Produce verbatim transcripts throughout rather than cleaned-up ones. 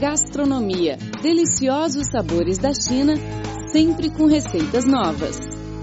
Gastronomia, deliciosos sabores da China, sempre com receitas novas.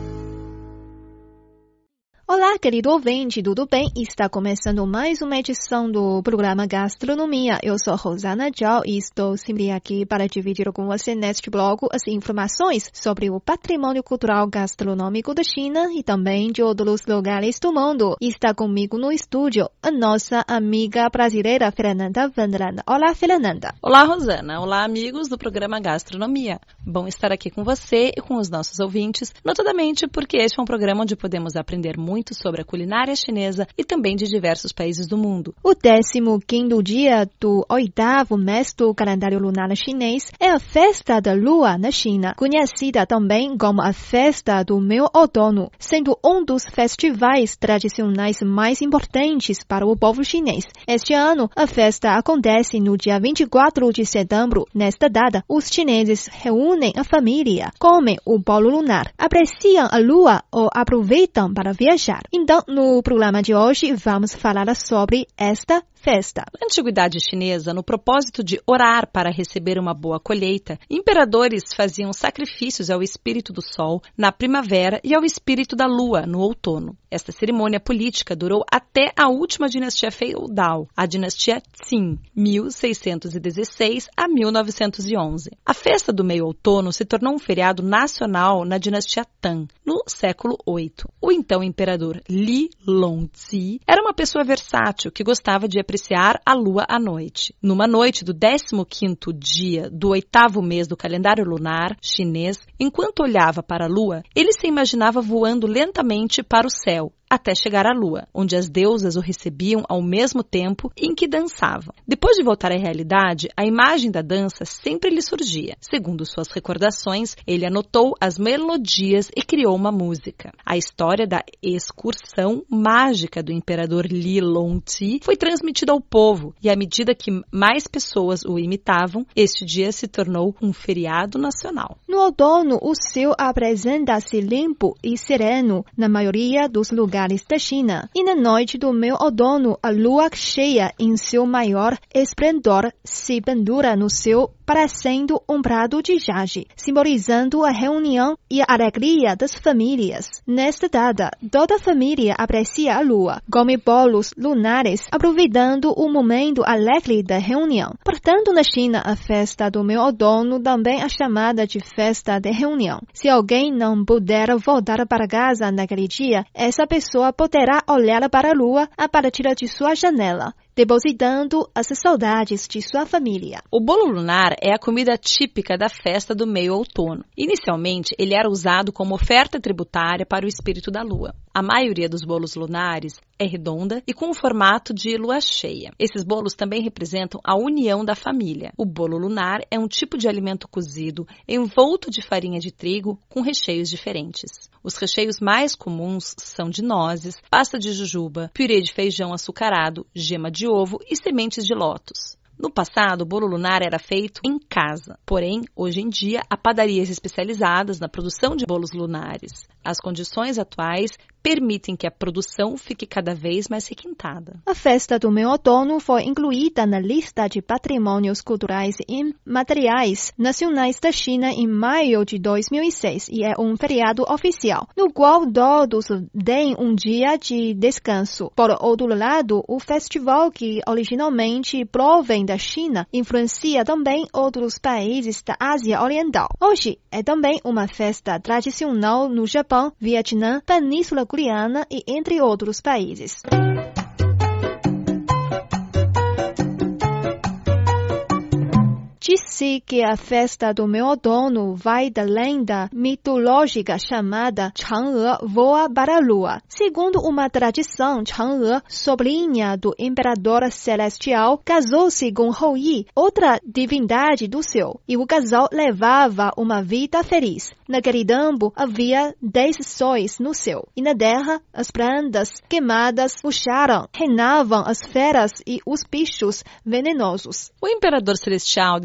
Olá, querido ouvinte, tudo bem? Está começando mais uma edição do programa Gastronomia. Eu sou Rosana Zhao e estou sempre aqui para dividir com você neste blog as informações sobre o patrimônio cultural gastronômico da China e também de outros lugares do mundo. Está comigo no estúdio a nossa amiga brasileira Fernanda Vanderland. Olá, Fernanda. Olá, Rosana. Olá, amigos do programa Gastronomia. Bom estar aqui com você e com os nossos ouvintes, notadamente porque este é um programa onde podemos aprender muito sobre a culinária chinesa e também de diversos países do mundo. O décimo quinto dia do oitavo mês do calendário lunar chinês é a Festa da Lua na China, conhecida também como a Festa do Meio-Outono, sendo um dos festivais tradicionais mais importantes para o povo chinês. Este ano, a festa acontece no dia vinte e quatro de setembro. Nesta data, os chineses reúnem a família, comem o bolo lunar, apreciam a lua ou aproveitam para viajar. Então, no programa de hoje, vamos falar sobre esta festa. Na antiguidade chinesa, no propósito de orar para receber uma boa colheita, imperadores faziam sacrifícios ao espírito do sol na primavera e ao espírito da lua no outono. Esta cerimônia política durou até a última dinastia feudal, a dinastia Qin, mil seiscentos e dezesseis a mil novecentos e onze. A festa do meio-outono se tornou um feriado nacional na dinastia Tang, no século oito. O então imperador Li Longzhi era uma pessoa versátil que gostava de apreciar a lua à noite. Numa noite do décimo quinto dia do oitavo mês do calendário lunar chinês, enquanto olhava para a lua, ele se imaginava voando lentamente para o céu, até chegar à lua, onde as deusas o recebiam ao mesmo tempo em que dançavam. Depois de voltar à realidade, a imagem da dança sempre lhe surgia. Segundo suas recordações, ele anotou as melodias e criou uma música. A história da excursão mágica do imperador Li Longzhi foi transmitida ao povo, e à medida que mais pessoas o imitavam, este dia se tornou um feriado nacional. No outono, o céu apresenta-se limpo e sereno na maioria dos lugares da China. E na noite do meio-outono, a lua cheia em seu maior esplendor se pendura no céu, parecendo um prato de jade, simbolizando a reunião e a alegria das famílias. Nesta data, toda a família aprecia a lua, come bolos lunares, aproveitando o momento alegre da reunião. Portanto, na China, a festa do meio-outono também é chamada de festa de reunião. Se alguém não puder voltar para casa naquele dia, essa pessoa poderá olhar para a lua a partir de sua janela, depositando as saudades de sua família. O bolo lunar é a comida típica da festa do meio-outono. Inicialmente, ele era usado como oferta tributária para o espírito da lua. A maioria dos bolos lunares é redonda e com o formato de lua cheia. Esses bolos também representam a união da família. O bolo lunar é um tipo de alimento cozido, envolto de farinha de trigo, com recheios diferentes. Os recheios mais comuns são de nozes, pasta de jujuba, purê de feijão açucarado, gema de ovo e sementes de lótus. No passado, o bolo lunar era feito em casa. Porém, hoje em dia, há padarias especializadas na produção de bolos lunares. As condições atuais permitem que a produção fique cada vez mais requintada. A festa do meio-outono foi incluída na lista de patrimônios culturais e materiais nacionais da China em maio de dois mil e seis e é um feriado oficial, no qual todos têm um dia de descanso. Por outro lado, o festival, que originalmente provém da China, influencia também outros países da Ásia Oriental. Hoje é também uma festa tradicional no Japão, Vietnã, Península Coreana e entre outros países. Diz-se que a festa do meio-outono vai da lenda mitológica chamada Chang'e voa para a lua. Segundo uma tradição, Chang'e, sobrinha do imperador celestial, casou-se com Hou Yi, outra divindade do céu, e o casal levava uma vida feliz. Naquele tempo havia dez sóis no céu, e na terra as plantas queimadas puxaram, reinavam as feras e os bichos venenosos. O imperador celestial decidiu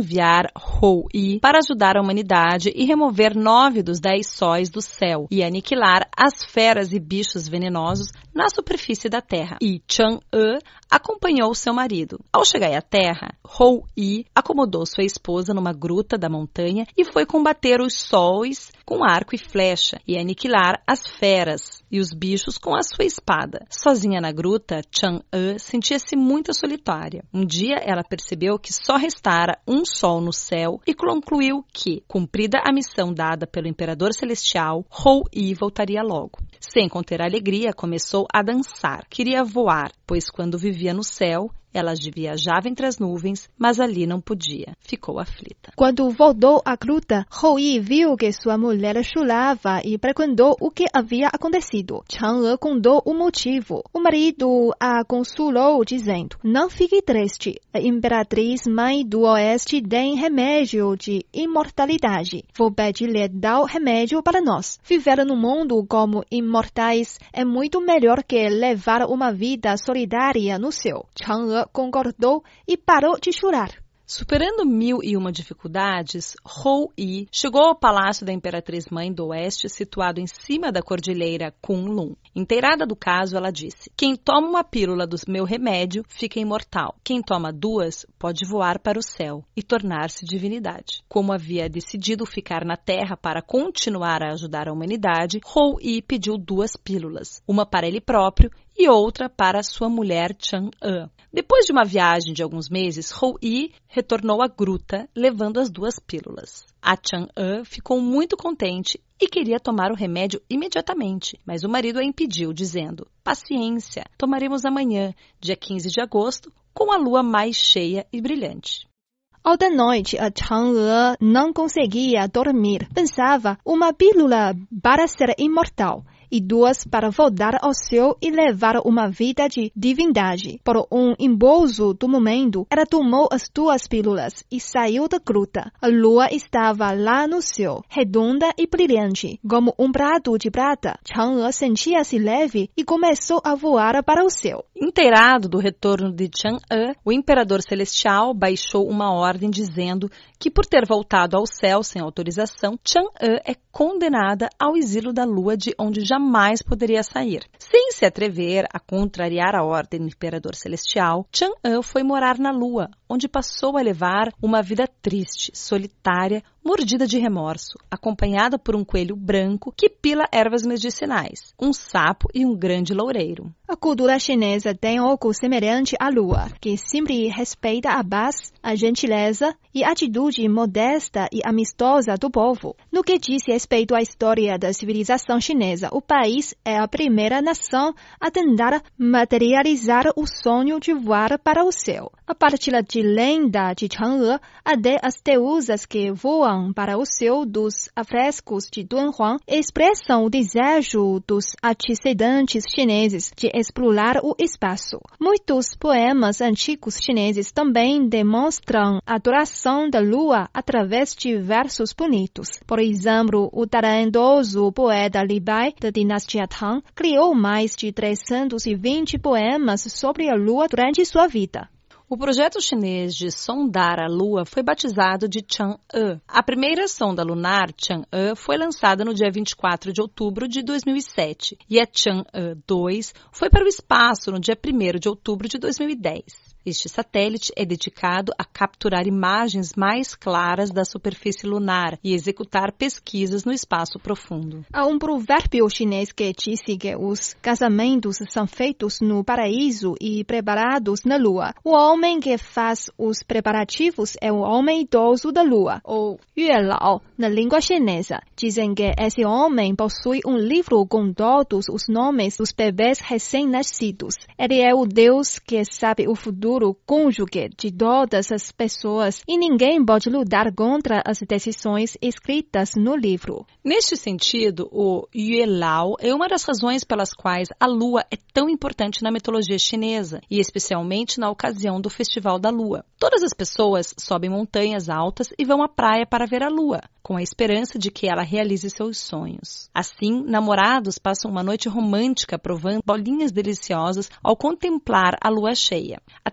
enviar Hou-yi para ajudar a humanidade e remover nove dos dez sóis do céu e aniquilar as feras e bichos venenosos na superfície da Terra. E Chang'e acompanhou seu marido. Ao chegar à Terra, Hou-yi acomodou sua esposa numa gruta da montanha e foi combater os sóis com arco e flecha e aniquilar as feras e os bichos com a sua espada. Sozinha na gruta, Chang'e sentia-se muito solitária. Um dia ela percebeu que só restara um sol no céu e concluiu que, cumprida a missão dada pelo Imperador Celestial, Hou-yi voltaria logo. Sem conter alegria, começou a dançar. Queria voar, pois quando vivia no céu, ela viajava entre as nuvens, mas ali não podia. Ficou aflita. Quando voltou à gruta, Hou-yi viu que sua mulher chorava e perguntou o que havia acontecido. Chang'e contou o motivo. O marido a consolou, dizendo: "Não fique triste. A Imperatriz Mãe do Oeste tem remédio de imortalidade. Vou pedir-lhe dar o remédio para nós. Viver no mundo como imortais é muito melhor que levar uma vida solitária no céu." Chang'e concordou e parou de chorar. Superando mil e uma dificuldades, Hou-yi chegou ao palácio da Imperatriz Mãe do Oeste, situado em cima da cordilheira Kunlun. Inteirada do caso, ela disse: "Quem toma uma pílula do meu remédio fica imortal. Quem toma duas pode voar para o céu e tornar-se divinidade." Como havia decidido ficar na Terra para continuar a ajudar a humanidade, Hou-yi pediu duas pílulas, uma para ele próprio e outra para sua mulher Chang'e. Depois de uma viagem de alguns meses, Hou-yi retornou à gruta, levando as duas pílulas. A Chang'e ficou muito contente e queria tomar o remédio imediatamente, mas o marido a impediu, dizendo: "Paciência, tomaremos amanhã, dia quinze de agosto, com a lua mais cheia e brilhante." Ao da noite, a Chang'e não conseguia dormir. Pensava: uma pílula para ser imortal e duas para voltar ao céu e levar uma vida de divindade. Por um impulso do momento, ela tomou as duas pílulas e saiu da gruta. A lua estava lá no céu, redonda e brilhante, como um prato de prata. Chang'e sentia-se leve e começou a voar para o céu. Inteirado do retorno de Chang'e, o Imperador Celestial baixou uma ordem dizendo que, por ter voltado ao céu sem autorização, Chang'e é condenada ao exílio da lua, de onde jamais poderia sair. Sem se atrever a contrariar a ordem do Imperador Celestial, Chang'e foi morar na lua, onde passou a levar uma vida triste, solitária, mordida de remorso, acompanhada por um coelho branco que pila ervas medicinais, um sapo e um grande loureiro. A cultura chinesa tem algo semelhante à lua, que sempre respeita a paz, a gentileza e a atitude modesta e amistosa do povo. No que diz respeito à história da civilização chinesa, o país é a primeira nação a tentar materializar o sonho de voar para o céu. A partir de lenda de Chang'e até as deusas que voam para o céu dos afrescos de Dunhuang expressam o desejo dos antecedentes chineses de explorar o espaço. Muitos poemas antigos chineses também demonstram a adoração da lua através de versos bonitos. Por exemplo, o talentoso poeta Li Bai, da dinastia Tang, criou mais de trezentos e vinte poemas sobre a lua durante sua vida. O projeto chinês de sondar a Lua foi batizado de Chang'e. A primeira sonda lunar, Chang'e, foi lançada no dia vinte e quatro de outubro de dois mil e sete e a Chang'e dois foi para o espaço no dia primeiro de outubro de dois mil e dez. Este satélite é dedicado a capturar imagens mais claras da superfície lunar e executar pesquisas no espaço profundo. Há um provérbio chinês que diz que os casamentos são feitos no paraíso e preparados na lua. O homem que faz os preparativos é o homem idoso da lua, ou Yue Lao, na língua chinesa. Dizem que esse homem possui um livro com todos os nomes dos bebês recém-nascidos. Ele é o Deus que sabe o futuro cônjuge de todas as pessoas e ninguém pode lutar contra as decisões escritas no livro. Neste sentido, o Yue Lao é uma das razões pelas quais a lua é tão importante na mitologia chinesa e especialmente na ocasião do Festival da Lua. Todas as pessoas sobem montanhas altas e vão à praia para ver a lua, com a esperança de que ela realize seus sonhos. Assim, namorados passam uma noite romântica provando bolinhas deliciosas ao contemplar a lua cheia. Até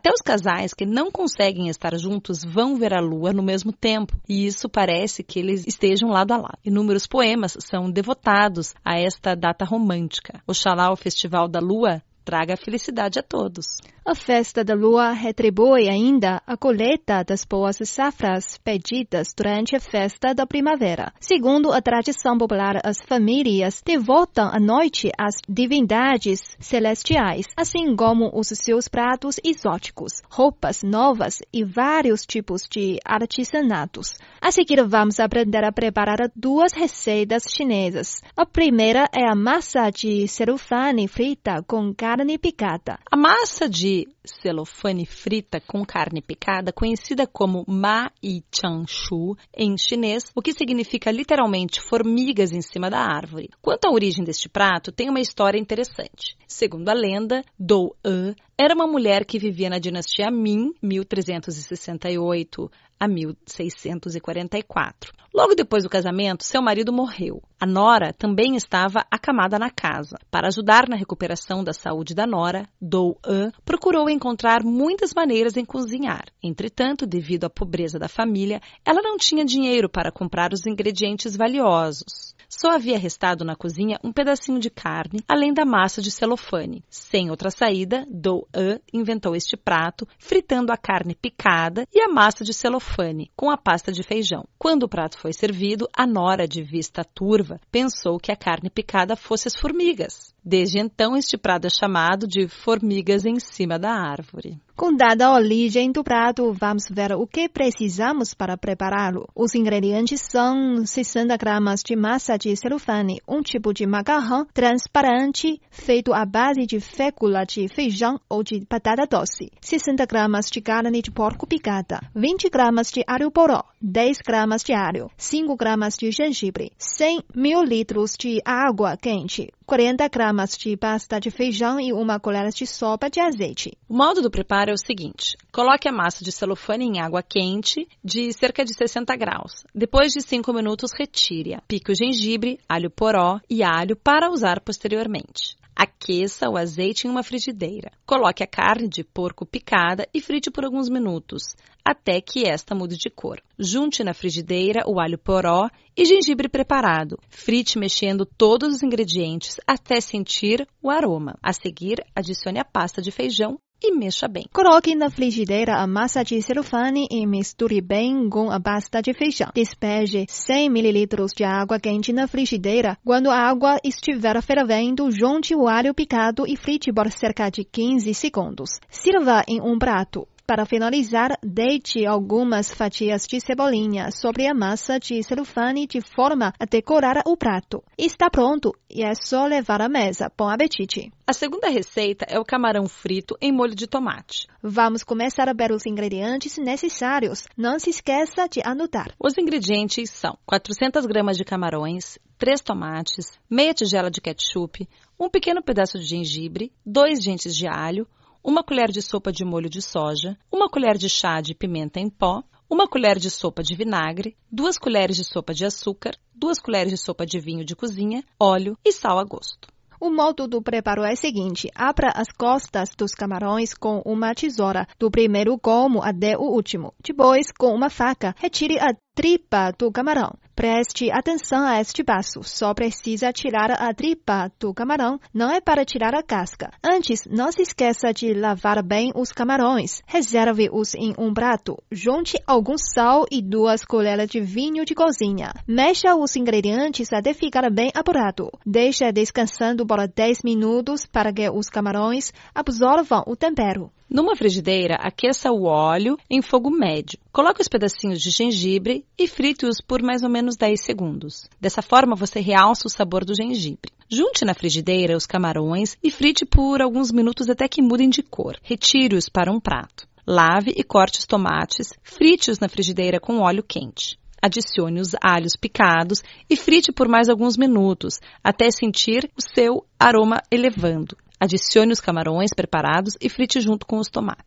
Até os casais que não conseguem estar juntos vão ver a lua no mesmo tempo, e isso parece que eles estejam lado a lado. Inúmeros poemas são devotados a esta data romântica. Oxalá o Festival da Lua traga felicidade a todos. A festa da lua retribui ainda a colheita das boas safras pedidas durante a festa da primavera. Segundo a tradição popular, as famílias devotam à noite às divindades celestiais, assim como os seus pratos exóticos, roupas novas e vários tipos de artesanatos. A seguir, vamos aprender a preparar duas receitas chinesas. A primeira é a massa de celofane frita com carne picada. A massa de celofane frita com carne picada, conhecida como ma yi chang shu em chinês, o que significa literalmente formigas em cima da árvore. Quanto à origem deste prato, tem uma história interessante. Segundo a lenda, Dou He era uma mulher que vivia na dinastia Ming, mil trezentos e sessenta e oito a mil seiscentos e quarenta e quatro. Logo depois do casamento, seu marido morreu. A nora também estava acamada na casa. Para ajudar na recuperação da saúde da nora, Dou He procurou encontrar muitas maneiras em cozinhar. Entretanto, devido à pobreza da família, ela não tinha dinheiro para comprar os ingredientes valiosos. Só havia restado na cozinha um pedacinho de carne, além da massa de celofane. Sem outra saída, Dou He inventou este prato, fritando a carne picada e a massa de celofane, com a pasta de feijão. Quando o prato foi servido, a nora, de vista turva, pensou que a carne picada fosse as formigas. Desde então, este prato é chamado de formigas em cima da árvore. Com dada a origem do prato, vamos ver o que precisamos para prepará-lo. Os ingredientes são sessenta gramas de massa de celofane, um tipo de macarrão transparente feito à base de fécula de feijão ou de batata doce, sessenta gramas de carne de porco picada, vinte gramas de alho poró, dez gramas de alho, cinco gramas de gengibre, cem mililitros de água quente, quarenta gramas de pasta de feijão e uma colher de sopa de azeite. O modo do preparo é o seguinte: coloque a massa de celofane em água quente de cerca de sessenta graus. Depois de cinco minutos, retire-a. Pique o gengibre, alho poró e alho para usar posteriormente. Aqueça o azeite em uma frigideira. Coloque a carne de porco picada e frite por alguns minutos, até que esta mude de cor. Junte na frigideira o alho poró e gengibre preparado. Frite mexendo todos os ingredientes até sentir o aroma. A seguir, adicione a pasta de feijão e mexa bem. Coloque na frigideira a massa de celofane e misture bem com a pasta de feijão. Despeje cem mililitros de água quente na frigideira. Quando a água estiver fervendo, junte o alho picado e frite por cerca de quinze segundos. Sirva em um prato. Para finalizar, deite algumas fatias de cebolinha sobre a massa de celofane de forma a decorar o prato. Está pronto e é só levar à mesa. Bom apetite! A segunda receita é o camarão frito em molho de tomate. Vamos começar a ver os ingredientes necessários. Não se esqueça de anotar. Os ingredientes são quatrocentas gramas de camarões, três tomates, meia tigela de ketchup, um pequeno pedaço de gengibre, dois dentes de alho, uma colher de sopa de molho de soja, uma colher de chá de pimenta em pó, uma colher de sopa de vinagre, duas colheres de sopa de açúcar, duas colheres de sopa de vinho de cozinha, óleo e sal a gosto. O modo do preparo é o seguinte: abra as costas dos camarões com uma tesoura, do primeiro gomo até o último. Depois, com uma faca, retire a tripa do camarão. Preste atenção a este passo. Só precisa tirar a tripa do camarão, não é para tirar a casca. Antes, não se esqueça de lavar bem os camarões. Reserve-os em um prato. Junte algum sal e duas colheres de vinho de cozinha. Mexa os ingredientes até ficar bem apurado. Deixe descansando por dez minutos para que os camarões absorvam o tempero. Numa frigideira, aqueça o óleo em fogo médio. Coloque os pedacinhos de gengibre e frite-os por mais ou menos dez segundos. Dessa forma, você realça o sabor do gengibre. Junte na frigideira os camarões e frite por alguns minutos até que mudem de cor. Retire-os para um prato. Lave e corte os tomates, frite-os na frigideira com óleo quente. Adicione os alhos picados e frite por mais alguns minutos, até sentir o seu aroma elevando. Adicione os camarões preparados e frite junto com os tomates.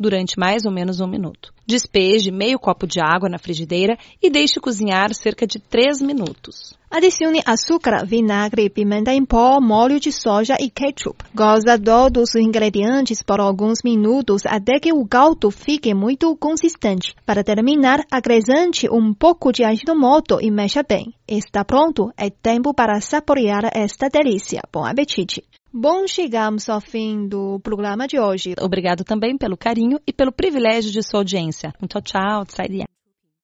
durante mais ou menos um minuto. Despeje meio copo de água na frigideira e deixe cozinhar cerca de três minutos. Adicione açúcar, vinagre, pimenta em pó, molho de soja e ketchup. Coza todos os ingredientes por alguns minutos até que o caldo fique muito consistente. Para terminar, acrescente um pouco de ajinomoto e mexa bem. Está pronto, é tempo para saborear esta delícia. Bom apetite! Bom, chegamos ao fim do programa de hoje. Obrigado também pelo carinho e pelo privilégio de sua audiência. Tchau, tchau.